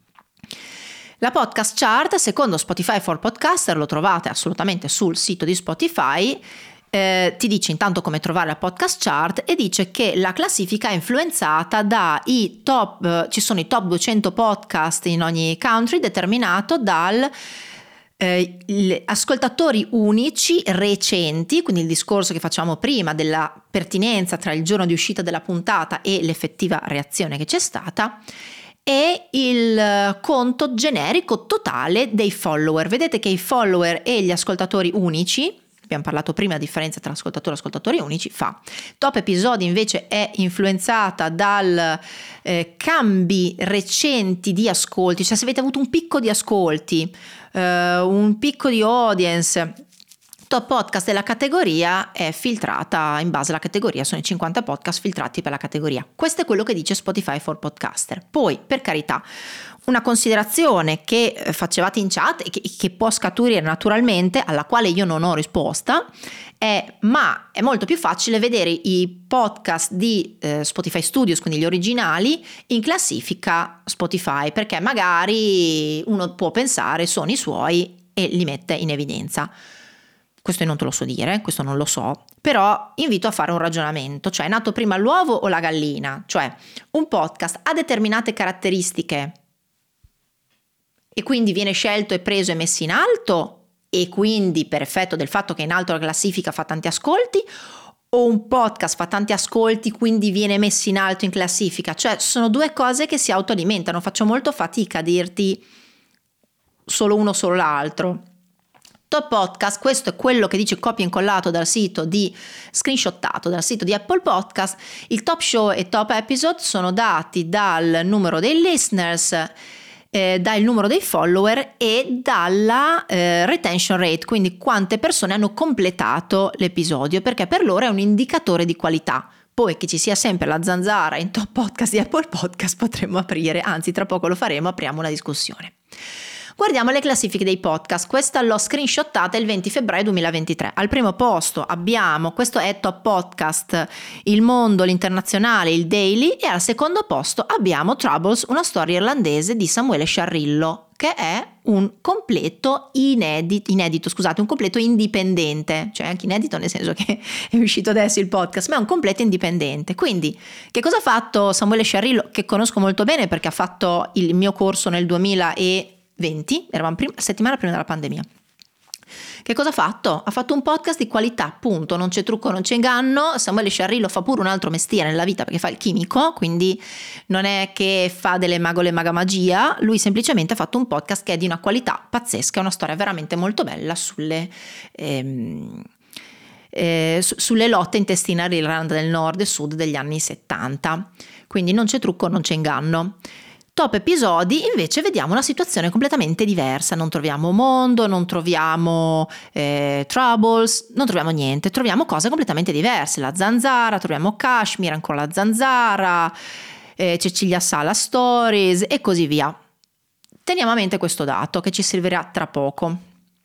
la podcast chart secondo Spotify for Podcaster, lo trovate assolutamente sul sito di Spotify, eh, ti dice intanto come trovare la podcast chart e dice che la classifica è influenzata dai top, eh, ci sono i top duecento podcast in ogni country determinato dal eh, ascoltatori unici recenti, quindi il discorso che facciamo prima della pertinenza tra il giorno di uscita della puntata e l'effettiva reazione che c'è stata, e il conto generico totale dei follower. Vedete che i follower e gli ascoltatori unici, abbiamo parlato prima della differenza tra ascoltatori e ascoltatori unici, fa. Top episodi invece è influenzata dal eh, cambi recenti di ascolti, cioè se avete avuto un picco di ascolti, eh, un picco di audience. Top podcast della categoria è filtrata in base alla categoria, sono i cinquanta podcast filtrati per la categoria. Questo è quello che dice Spotify for Podcaster. Poi, per carità, una considerazione che facevate in chat e che, che può scaturire naturalmente, alla quale io non ho risposta, è ma è molto più facile vedere i podcast di eh, Spotify Studios, quindi gli originali, in classifica Spotify, perché magari uno può pensare sono i suoi e li mette in evidenza. Questo io non te lo so dire, questo non lo so, però invito a fare un ragionamento, cioè è nato prima l'uovo o la gallina? Cioè un podcast ha determinate caratteristiche e quindi viene scelto e preso e messo in alto e quindi per effetto del fatto che è in alto la classifica fa tanti ascolti, o un podcast fa tanti ascolti quindi viene messo in alto in classifica? Cioè sono due cose che si autoalimentano, faccio molto fatica a dirti solo uno o solo l'altro. Top podcast, questo è quello che dice copia e incollato dal sito di screenshottato dal sito di Apple Podcast. Il top show e top episode sono dati dal numero dei listeners, eh, dal numero dei follower e dalla eh, retention rate, quindi quante persone hanno completato l'episodio, perché per loro è un indicatore di qualità. Poi che ci sia sempre la zanzara in top podcast di Apple Podcast potremmo aprire, anzi tra poco lo faremo, apriamo una discussione. Guardiamo le classifiche dei podcast, questa l'ho screenshottata il venti febbraio duemilaventitré. Al primo posto abbiamo, questo è Top Podcast, Il Mondo, l'Internazionale, il Daily, e al secondo posto abbiamo Troubles, una storia irlandese di Samuele Sciarrillo, che è un completo inedito, inedito, scusate, un completo indipendente, cioè anche inedito nel senso che è uscito adesso il podcast, ma è un completo indipendente. Quindi che cosa ha fatto Samuele Sciarrillo, che conosco molto bene perché ha fatto il mio corso nel duemilaventi, eravamo prima, settimana prima della pandemia. Che cosa ha fatto? Ha fatto un podcast di qualità, punto, non c'è trucco, non c'è inganno. Samuele Sciarrillo fa pure un altro mestiere nella vita perché fa il chimico, quindi non è che fa delle magole maga magia, lui semplicemente ha fatto un podcast che è di una qualità pazzesca, è una storia veramente molto bella sulle, ehm, eh, su, sulle lotte intestinali dell'Irlanda del Nord e Sud degli anni settanta. Quindi non c'è trucco, non c'è inganno. Top episodi invece vediamo una situazione completamente diversa, non troviamo mondo, non troviamo eh, troubles, non troviamo niente, troviamo cose completamente diverse, la zanzara, troviamo Kashmir, ancora la zanzara, eh, Cecilia Sala Stories e così via. Teniamo a mente questo dato che ci servirà tra poco.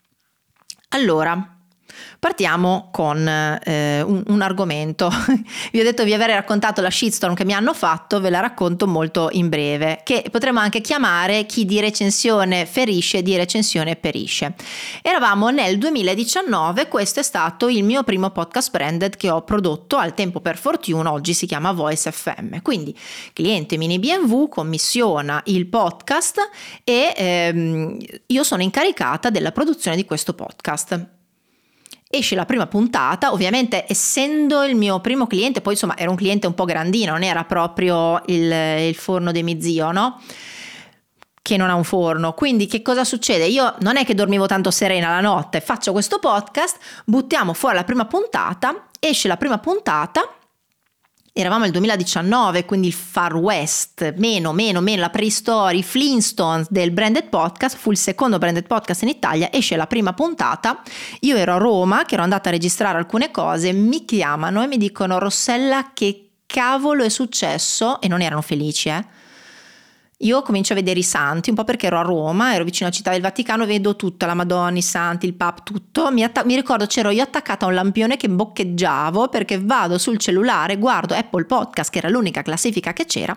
Allora, partiamo con eh, un, un argomento. Vi ho detto di aver raccontato la shitstorm che mi hanno fatto, ve la racconto molto in breve, che potremmo anche chiamare chi di recensione ferisce, di recensione perisce. Eravamo nel duemiladiciannove, questo è stato il mio primo podcast branded che ho prodotto, al tempo per fortuna, oggi si chiama Voice F M. Quindi cliente Mini B M W commissiona il podcast e ehm, io sono incaricata della produzione di questo podcast. Esce la prima puntata, ovviamente essendo il mio primo cliente, poi insomma era un cliente un po' grandino, non era proprio il, il forno di mio zio, no? Che non ha un forno. Quindi che cosa succede? Io non è che dormivo tanto serena la notte, faccio questo podcast, buttiamo fuori la prima puntata, esce la prima puntata. Eravamo nel duemiladiciannove, quindi il Far West, meno, meno, meno, la preistoria, i Flintstones del branded podcast, fu il secondo branded podcast in Italia, esce la prima puntata, io ero a Roma, che ero andata a registrare alcune cose, mi chiamano e mi dicono: Rossella, che cavolo è successo? E non erano felici, eh. Io comincio a vedere i santi, un po' perché ero a Roma, ero vicino alla città del Vaticano, vedo tutta la Madonna, i santi, il Papa, tutto. Mi, atta- mi ricordo c'ero io attaccata a un lampione che boccheggiavo perché vado sul cellulare, guardo Apple Podcast, che era l'unica classifica che c'era,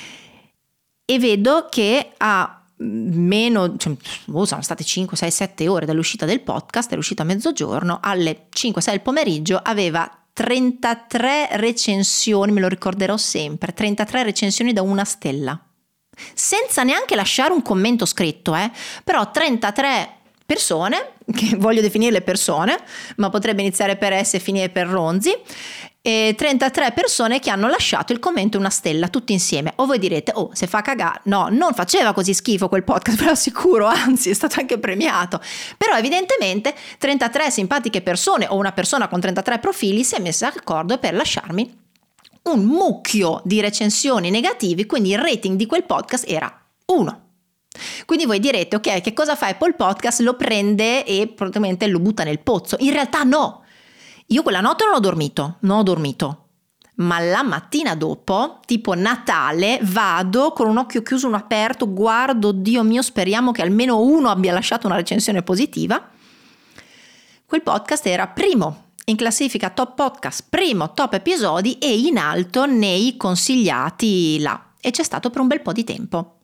e vedo che a meno, cioè, oh, sono state cinque, sei, sette ore dall'uscita del podcast, era uscito a mezzogiorno, alle cinque, sei del pomeriggio aveva trentatré recensioni, me lo ricorderò sempre, trentatré recensioni da una stella. Senza neanche lasciare un commento scritto, eh? Però trentatré persone, che voglio definirle persone, ma potrebbe iniziare per S e finire per Ronzi, e trentatré persone che hanno lasciato il commento una stella, tutti insieme. O voi direte: oh, se fa cagare. No, non faceva così schifo quel podcast, ve lo assicuro, anzi è stato anche premiato. Però evidentemente trentatré simpatiche persone o una persona con trentatré profili si è messa d'accordo per lasciarmi un mucchio di recensioni negativi, quindi il rating di quel podcast era uno. Quindi voi direte: ok, che cosa fa Apple Podcast? Lo prende e praticamente lo butta nel pozzo. In realtà no, io quella notte non ho dormito, non ho dormito, ma la mattina dopo, tipo Natale, vado con un occhio chiuso, uno aperto, guardo, Dio mio, speriamo che almeno uno abbia lasciato una recensione positiva. Quel podcast era primo in classifica top podcast, primo top episodi e in alto nei consigliati là, e c'è stato per un bel po' di tempo.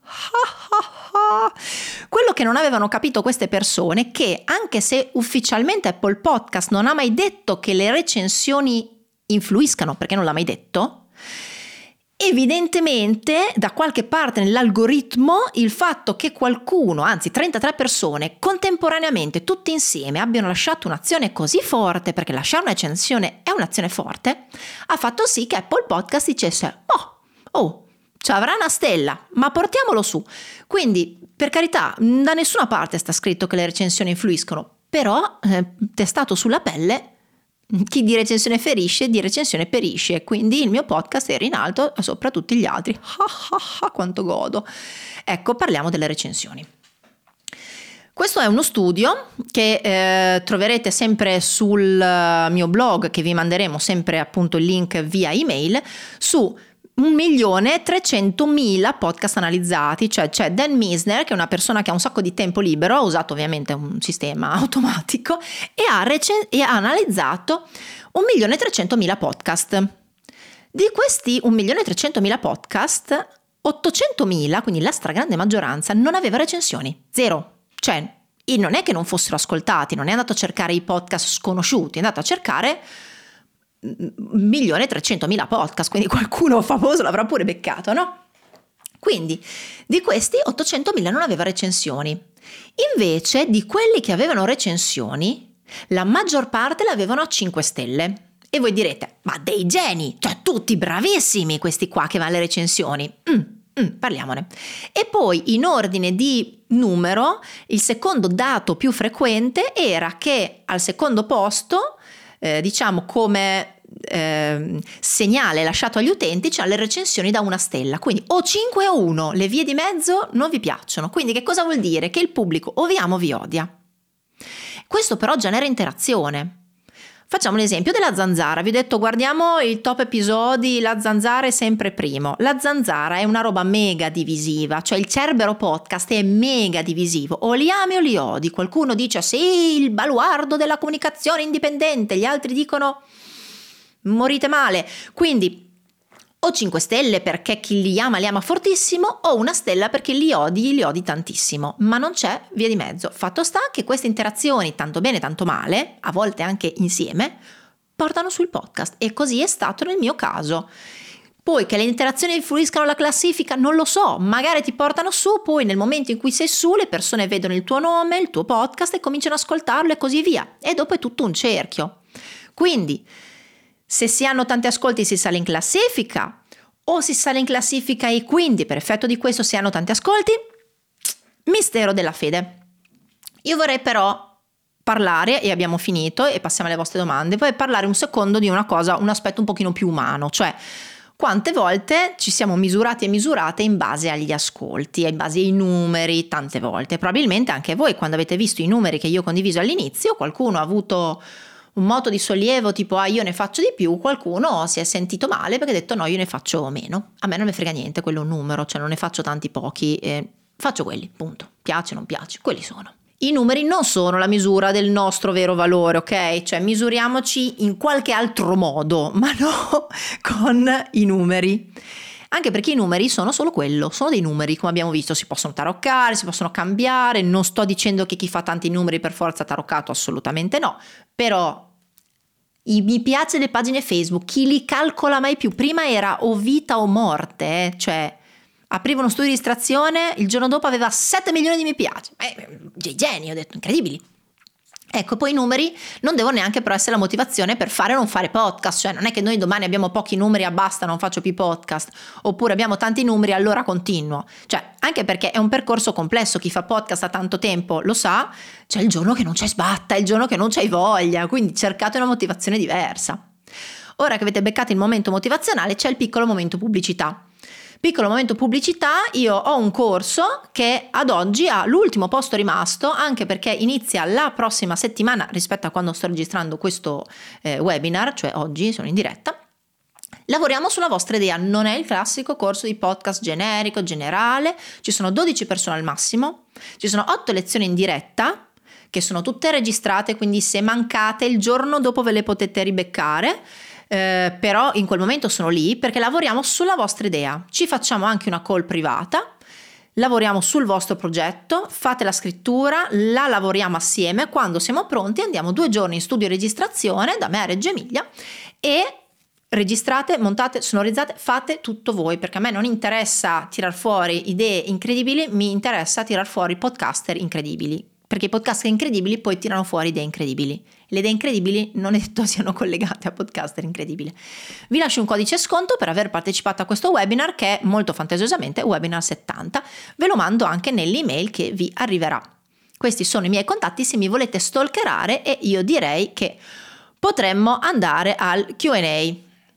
Quello che non avevano capito queste persone è che, anche se ufficialmente Apple Podcast non ha mai detto che le recensioni influiscano, perché non l'ha mai detto, evidentemente da qualche parte nell'algoritmo il fatto che qualcuno, anzi trentatré persone contemporaneamente, tutte insieme, abbiano lasciato un'azione così forte, perché lasciare una recensione è un'azione forte, ha fatto sì che Apple Podcast dicesse: oh, oh, ci avrà una stella, ma portiamolo su. Quindi, per carità, da nessuna parte sta scritto che le recensioni influiscono, però eh, testato sulla pelle, chi di recensione ferisce, di recensione perisce. Quindi il mio podcast era in alto sopra tutti gli altri. Ah, ah, ah, quanto godo. Ecco, parliamo delle recensioni. Questo è uno studio che eh, troverete sempre sul mio blog, che vi manderemo sempre appunto il link via email, su un milione trecentomila podcast analizzati. Cioè c'è Dan Misner, che è una persona che ha un sacco di tempo libero, ha usato ovviamente un sistema automatico e ha, recen- e ha analizzato un milione trecentomila podcast. Di questi un milione trecentomila podcast, ottocentomila, quindi la stragrande maggioranza, non aveva recensioni, zero. Cioè, e non è che non fossero ascoltati, non è andato a cercare i podcast sconosciuti, è andato a cercare un milione trecentomila podcast, quindi qualcuno famoso l'avrà pure beccato, no? Quindi di questi ottocentomila non aveva recensioni. Invece di quelli che avevano recensioni, la maggior parte l'avevano a cinque stelle. E voi direte: ma dei geni, cioè tutti bravissimi questi qua che vanno alle recensioni. Mm, mm, parliamone. E poi in ordine di numero, il secondo dato più frequente era che al secondo posto eh, diciamo come eh, segnale lasciato agli utenti c'è le recensioni da una stella, quindi o cinque o uno, le vie di mezzo non vi piacciono. Quindi che cosa vuol dire? Che il pubblico o vi ama o vi odia. Questo però genera interazione. Facciamo un esempio della zanzara. Vi ho detto guardiamo il top episodi, la zanzara è sempre primo. La zanzara è una roba mega divisiva, cioè il Cerbero podcast è mega divisivo, o li ami o li odi. Qualcuno dice sì, il baluardo della comunicazione indipendente, gli altri dicono morite male. Quindi o cinque stelle perché chi li ama li ama fortissimo, o una stella perché li odi li odi tantissimo, ma non c'è via di mezzo. Fatto sta che queste interazioni, tanto bene tanto male, a volte anche insieme, portano sul podcast, e così è stato nel mio caso. Poi che le interazioni influiscano la classifica non lo so, magari ti portano su, poi nel momento in cui sei su le persone vedono il tuo nome, il tuo podcast e cominciano ad ascoltarlo e così via, e dopo è tutto un cerchio. Quindi se si hanno tanti ascolti si sale in classifica, o si sale in classifica e quindi per effetto di questo si hanno tanti ascolti? Mistero della fede. Io vorrei però parlare, e abbiamo finito e passiamo alle vostre domande, vorrei parlare un secondo di una cosa, un aspetto un pochino più umano, cioè quante volte ci siamo misurati e misurate in base agli ascolti, in base ai numeri, tante volte. Probabilmente anche voi, quando avete visto i numeri che io ho condiviso all'inizio, qualcuno ha avuto un moto di sollievo tipo ah io ne faccio di più, qualcuno si è sentito male perché ha detto no io ne faccio meno, a me non mi frega niente, quello è un numero, cioè non ne faccio tanti pochi, eh, faccio quelli, punto, piace non piace, quelli sono. I numeri non sono la misura del nostro vero valore, ok? Cioè misuriamoci in qualche altro modo, ma no con i numeri. Anche perché i numeri sono solo quello, sono dei numeri, come abbiamo visto, si possono taroccare, si possono cambiare, non sto dicendo che chi fa tanti numeri per forza taroccato, assolutamente no, però i mi piace le pagine Facebook, chi li calcola mai più? Prima era o vita o morte, eh? Cioè aprivo uno studio di istrazione, il giorno dopo aveva sette milioni di mi piace, eh, geni, ho detto, incredibili. Ecco, poi i numeri non devono neanche però essere la motivazione per fare o non fare podcast, cioè non è che noi domani abbiamo pochi numeri e basta, non faccio più podcast, oppure abbiamo tanti numeri allora continuo, cioè anche perché è un percorso complesso, chi fa podcast da tanto tempo lo sa, c'è il giorno che non c'è sbatta, il giorno che non c'hai voglia, quindi cercate una motivazione diversa. Ora che avete beccato il momento motivazionale c'è il piccolo momento pubblicità. Piccolo momento pubblicità, io ho un corso che ad oggi ha l'ultimo posto rimasto, anche perché inizia la prossima settimana rispetto a quando sto registrando questo eh, webinar, cioè oggi sono in diretta. Lavoriamo sulla vostra idea, non è il classico corso di podcast generico, generale, ci sono dodici persone al massimo, ci sono otto lezioni in diretta, che sono tutte registrate, quindi se mancate il giorno dopo ve le potete ribeccare. Eh, però in quel momento sono lì perché lavoriamo sulla vostra idea, ci facciamo anche una call privata, lavoriamo sul vostro progetto, fate la scrittura, la lavoriamo assieme, quando siamo pronti andiamo due giorni in studio registrazione da me a Reggio Emilia e registrate, montate, sonorizzate, fate tutto voi, perché a me non interessa tirar fuori idee incredibili, mi interessa tirar fuori podcaster incredibili, perché i podcaster incredibili poi tirano fuori idee incredibili. Le idee incredibili non è detto siano collegate a podcaster incredibile. Vi lascio un codice sconto per aver partecipato a questo webinar che è molto fantasiosamente webinar settanta. Ve lo mando anche nell'email che vi arriverà. Questi sono i miei contatti se mi volete stalkerare e io direi che potremmo andare al Q and A.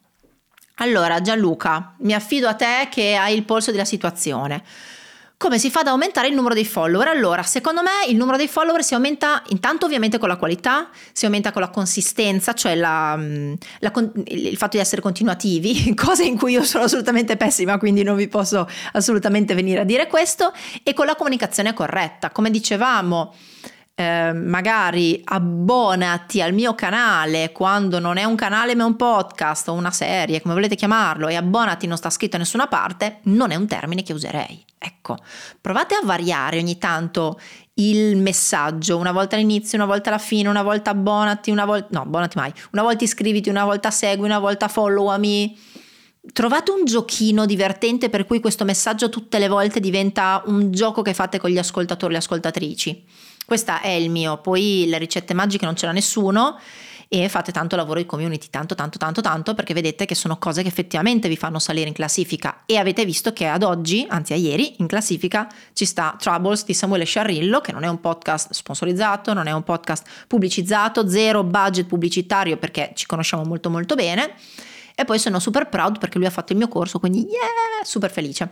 Allora Gianluca, mi affido a te che hai il polso della situazione. Come si fa ad aumentare il numero dei follower? Allora, secondo me il numero dei follower si aumenta intanto ovviamente con la qualità, si aumenta con la consistenza, cioè la, la, il fatto di essere continuativi, cosa in cui io sono assolutamente pessima, quindi non vi posso assolutamente venire a dire questo, e con la comunicazione corretta. Come dicevamo, eh, magari abbonati al mio canale quando non è un canale ma un podcast o una serie, come volete chiamarlo, e abbonati non sta scritto da nessuna parte, non è un termine che userei. Ecco, provate a variare ogni tanto il messaggio, una volta all'inizio, una volta alla fine, una volta abbonati, una volta no, abbonati mai, una volta iscriviti, una volta segui, una volta followami. Trovate un giochino divertente per cui questo messaggio tutte le volte diventa un gioco che fate con gli ascoltatori e le ascoltatrici. Questa è il mio, poi le ricette magiche non ce l'ha nessuno e fate tanto lavoro di community, tanto tanto tanto tanto, perché vedete che sono cose che effettivamente vi fanno salire in classifica, e avete visto che ad oggi, anzi a ieri, in classifica ci sta Troubles di Samuele Sciarrillo, che non è un podcast sponsorizzato, non è un podcast pubblicizzato, zero budget pubblicitario perché ci conosciamo molto molto bene, e poi sono super proud perché lui ha fatto il mio corso, quindi yeah, super felice.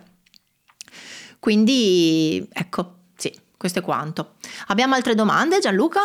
Quindi ecco, sì, questo è quanto. Abbiamo altre domande, Gianluca?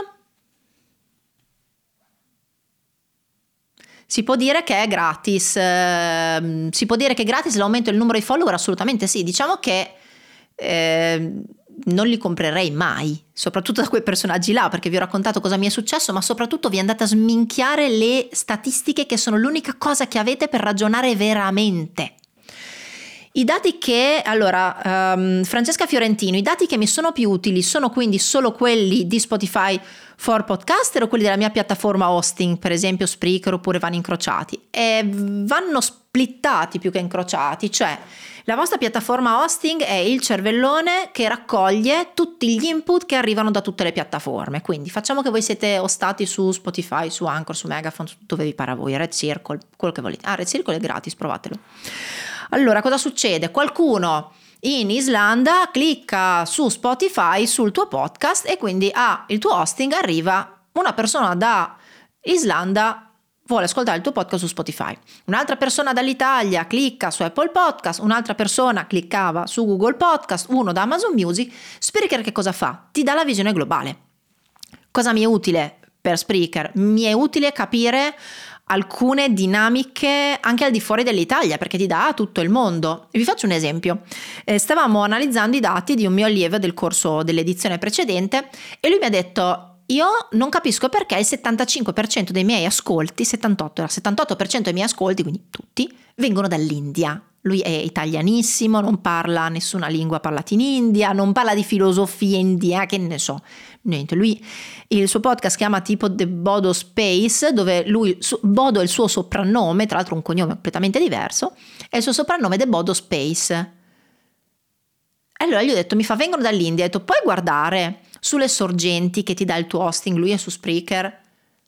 Si può dire che è gratis, eh, si può dire che è gratis l'aumento del numero di follower? Assolutamente sì, diciamo che eh, non li comprerei mai, soprattutto da quei personaggi là, perché vi ho raccontato cosa mi è successo, ma soprattutto vi andate a sminchiare le statistiche che sono l'unica cosa che avete per ragionare veramente. I dati che, allora, um, Francesca Fiorentino, i dati che mi sono più utili sono quindi solo quelli di Spotify for Podcaster o quelli della mia piattaforma hosting, per esempio Spreaker, oppure vanno incrociati? E vanno splittati più che incrociati, cioè la vostra piattaforma hosting è il cervellone che raccoglie tutti gli input che arrivano da tutte le piattaforme, quindi facciamo che voi siete ostati su Spotify, su Anchor, su Megaphone, dove vi pare a voi, Red Circle, quello che volete. Ah, Red Circle è gratis, provatelo. Allora, cosa succede? Qualcuno in Islanda clicca su Spotify sul tuo podcast e quindi ah, il tuo hosting arriva, una persona da Islanda vuole ascoltare il tuo podcast su Spotify, un'altra persona dall'Italia clicca su Apple Podcast, un'altra persona cliccava su Google Podcast, uno da Amazon Music. Spreaker che cosa fa? Ti dà la visione globale. Cosa mi è utile per Spreaker? Mi è utile capire alcune dinamiche anche al di fuori dell'Italia, perché ti dà tutto il mondo. Vi faccio un esempio. Eh, stavamo analizzando i dati di un mio allievo del corso dell'edizione precedente e lui mi ha detto: io non capisco perché il settantacinque per cento dei miei ascolti, settantotto, settantotto per cento dei miei ascolti, quindi tutti, vengono dall'India. Lui è italianissimo, non parla nessuna lingua parlata in India, non parla di filosofia indiana, che ne so, niente. Lui, il suo podcast si chiama tipo The Bodo Space, dove lui, su, Bodo è il suo soprannome, tra l'altro un cognome completamente diverso, e il suo soprannome è The Bodo Space. E allora gli ho detto, mi fa, vengono dall'India, ho detto, puoi guardare sulle sorgenti che ti dà il tuo hosting, lui è su Spreaker,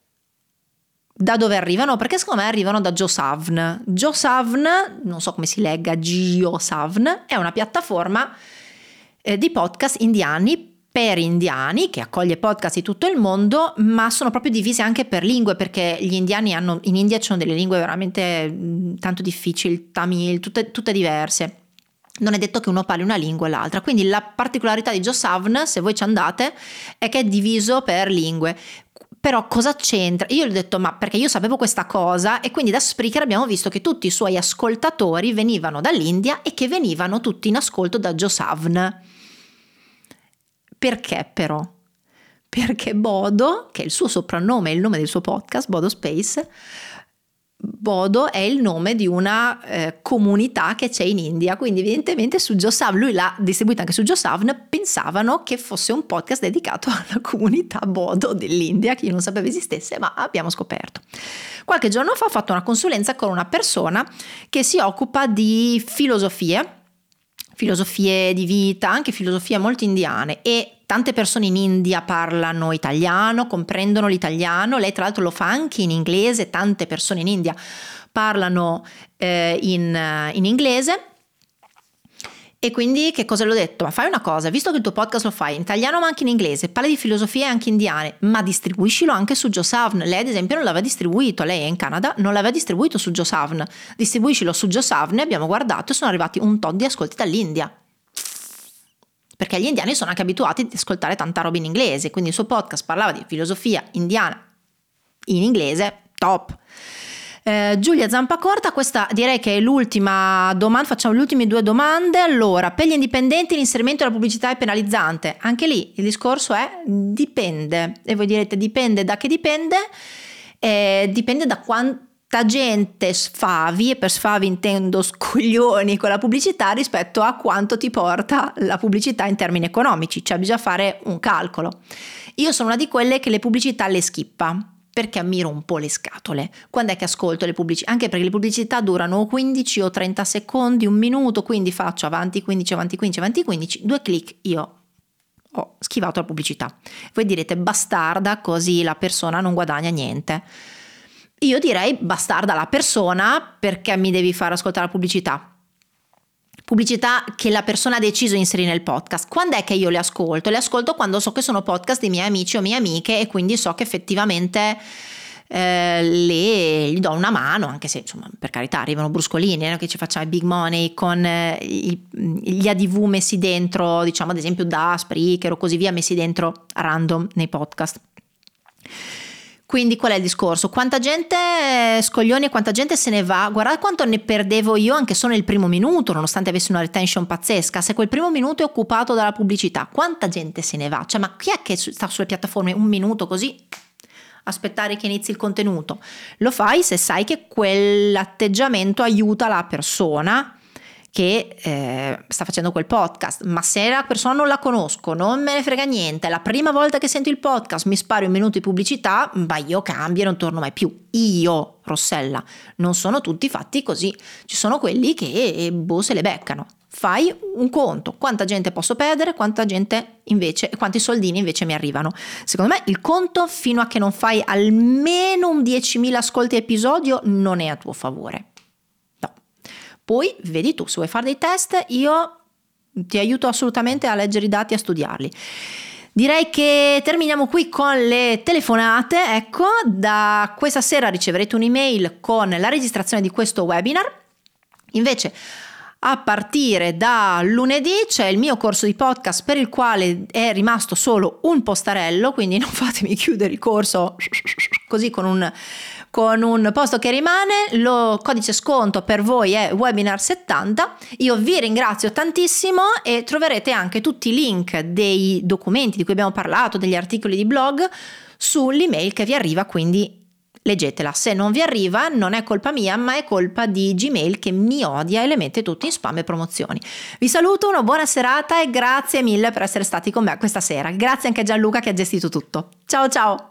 da dove arrivano? Perché secondo me arrivano da JioSaavn. JioSaavn, non so come si legga, JioSaavn, è una piattaforma eh, di podcast indiani per indiani, che accoglie podcast di tutto il mondo, ma sono proprio divise anche per lingue, perché gli indiani hanno, in India ci sono delle lingue veramente mh, tanto difficili, Tamil, tutte, tutte diverse. Non è detto che uno parli una lingua e l'altra, quindi la particolarità di JioSaavn, se voi ci andate, è che è diviso per lingue. Però cosa c'entra? Io gli ho detto, ma perché io sapevo questa cosa, e quindi da Spreaker abbiamo visto che tutti i suoi ascoltatori venivano dall'India e che venivano tutti in ascolto da JioSaavn. Perché però? Perché Bodo, che è il suo soprannome, è il nome del suo podcast, Bodo Space, Bodo è il nome di una eh, comunità che c'è in India, quindi evidentemente su JioSaavn, lui l'ha distribuito anche su JioSaavn, pensavano che fosse un podcast dedicato alla comunità Bodo dell'India, che io non sapevo esistesse, ma abbiamo scoperto. Qualche giorno fa ho fatto una consulenza con una persona che si occupa di filosofie, filosofie di vita, anche filosofie molto indiane, e tante persone in India parlano italiano, comprendono l'italiano, lei tra l'altro lo fa anche in inglese, tante persone in India parlano eh, in, in inglese. E quindi che cosa le ho detto? Ma fai una cosa, visto che il tuo podcast lo fai in italiano ma anche in inglese, parli di filosofie anche indiane, ma distribuiscilo anche su JioSaavn. Lei ad esempio non l'aveva distribuito, lei è in Canada, non l'aveva distribuito su JioSaavn. Distribuiscilo su JioSaavn e abbiamo guardato e sono arrivati un tot di ascolti dall'India. Perché gli indiani sono anche abituati ad ascoltare tanta roba in inglese, quindi il suo podcast parlava di filosofia indiana in inglese, top. Eh, Giulia Zampacorta, questa direi che è l'ultima domanda, facciamo le ultime due domande. Allora, per gli indipendenti l'inserimento della pubblicità è penalizzante? Anche lì il discorso è dipende, e voi direte dipende da che dipende? Eh, dipende da quanto gente sfavi, e per sfavi intendo scoglioni con la pubblicità, rispetto a quanto ti porta la pubblicità in termini economici, cioè bisogna fare un calcolo. Io sono una di quelle che le pubblicità le skippa, perché ammiro un po' le scatole. Quando è che ascolto le pubblicità? Anche perché le pubblicità durano quindici o trenta secondi, un minuto, quindi faccio avanti quindici, avanti quindici, avanti quindici, due clic, io ho schivato la pubblicità. Voi direte bastarda, così la persona non guadagna niente. Io direi bastarda la persona, perché mi devi far ascoltare la pubblicità. Pubblicità che la persona ha deciso di inserire nel podcast. Quando è che io le ascolto? Le ascolto quando so che sono podcast dei miei amici o mie amiche e quindi so che effettivamente eh, le, gli do una mano, anche se insomma per carità arrivano bruscolini, non che ci facciamo i big money con eh, i, gli A D V messi dentro, diciamo ad esempio da Spreaker o così via, messi dentro random nei podcast. Quindi qual è il discorso? Quanta gente scoglioni e quanta gente se ne va. Guardate quanto ne perdevo io anche solo nel primo minuto, nonostante avessi una retention pazzesca. Se quel primo minuto è occupato dalla pubblicità, quanta gente se ne va? Cioè, ma chi è che sta sulle piattaforme un minuto così? Aspettare che inizi il contenuto. Lo fai se sai che quell'atteggiamento aiuta la persona che eh, sta facendo quel podcast. Ma se la persona non la conosco, non me ne frega niente, è la prima volta che sento il podcast, mi sparo un minuto di pubblicità, ma io cambio e non torno mai più. Io, Rossella, non sono tutti fatti così. Ci sono quelli che boh, se le beccano. Fai un conto, quanta gente posso perdere, quanta gente invece, quanti soldini invece mi arrivano. Secondo me il conto, fino a che non fai almeno un diecimila ascolti episodio, non è a tuo favore. Poi vedi tu, se vuoi fare dei test io ti aiuto assolutamente a leggere i dati e a studiarli. Direi che terminiamo qui con le telefonate. Ecco, da questa sera riceverete un'email con la registrazione di questo webinar. Invece a partire da lunedì c'è il mio corso di podcast per il quale è rimasto solo un postarello, quindi non fatemi chiudere il corso così con un con un posto che rimane. Lo codice sconto per voi è webinar settanta. Io vi ringrazio tantissimo e troverete anche tutti i link dei documenti di cui abbiamo parlato, degli articoli di blog sull'email che vi arriva, quindi leggetela. Se non vi arriva non è colpa mia, ma è colpa di Gmail che mi odia e le mette tutti in spam e promozioni. Vi saluto, una buona serata e grazie mille per essere stati con me questa sera. Grazie anche a Gianluca che ha gestito tutto. Ciao ciao!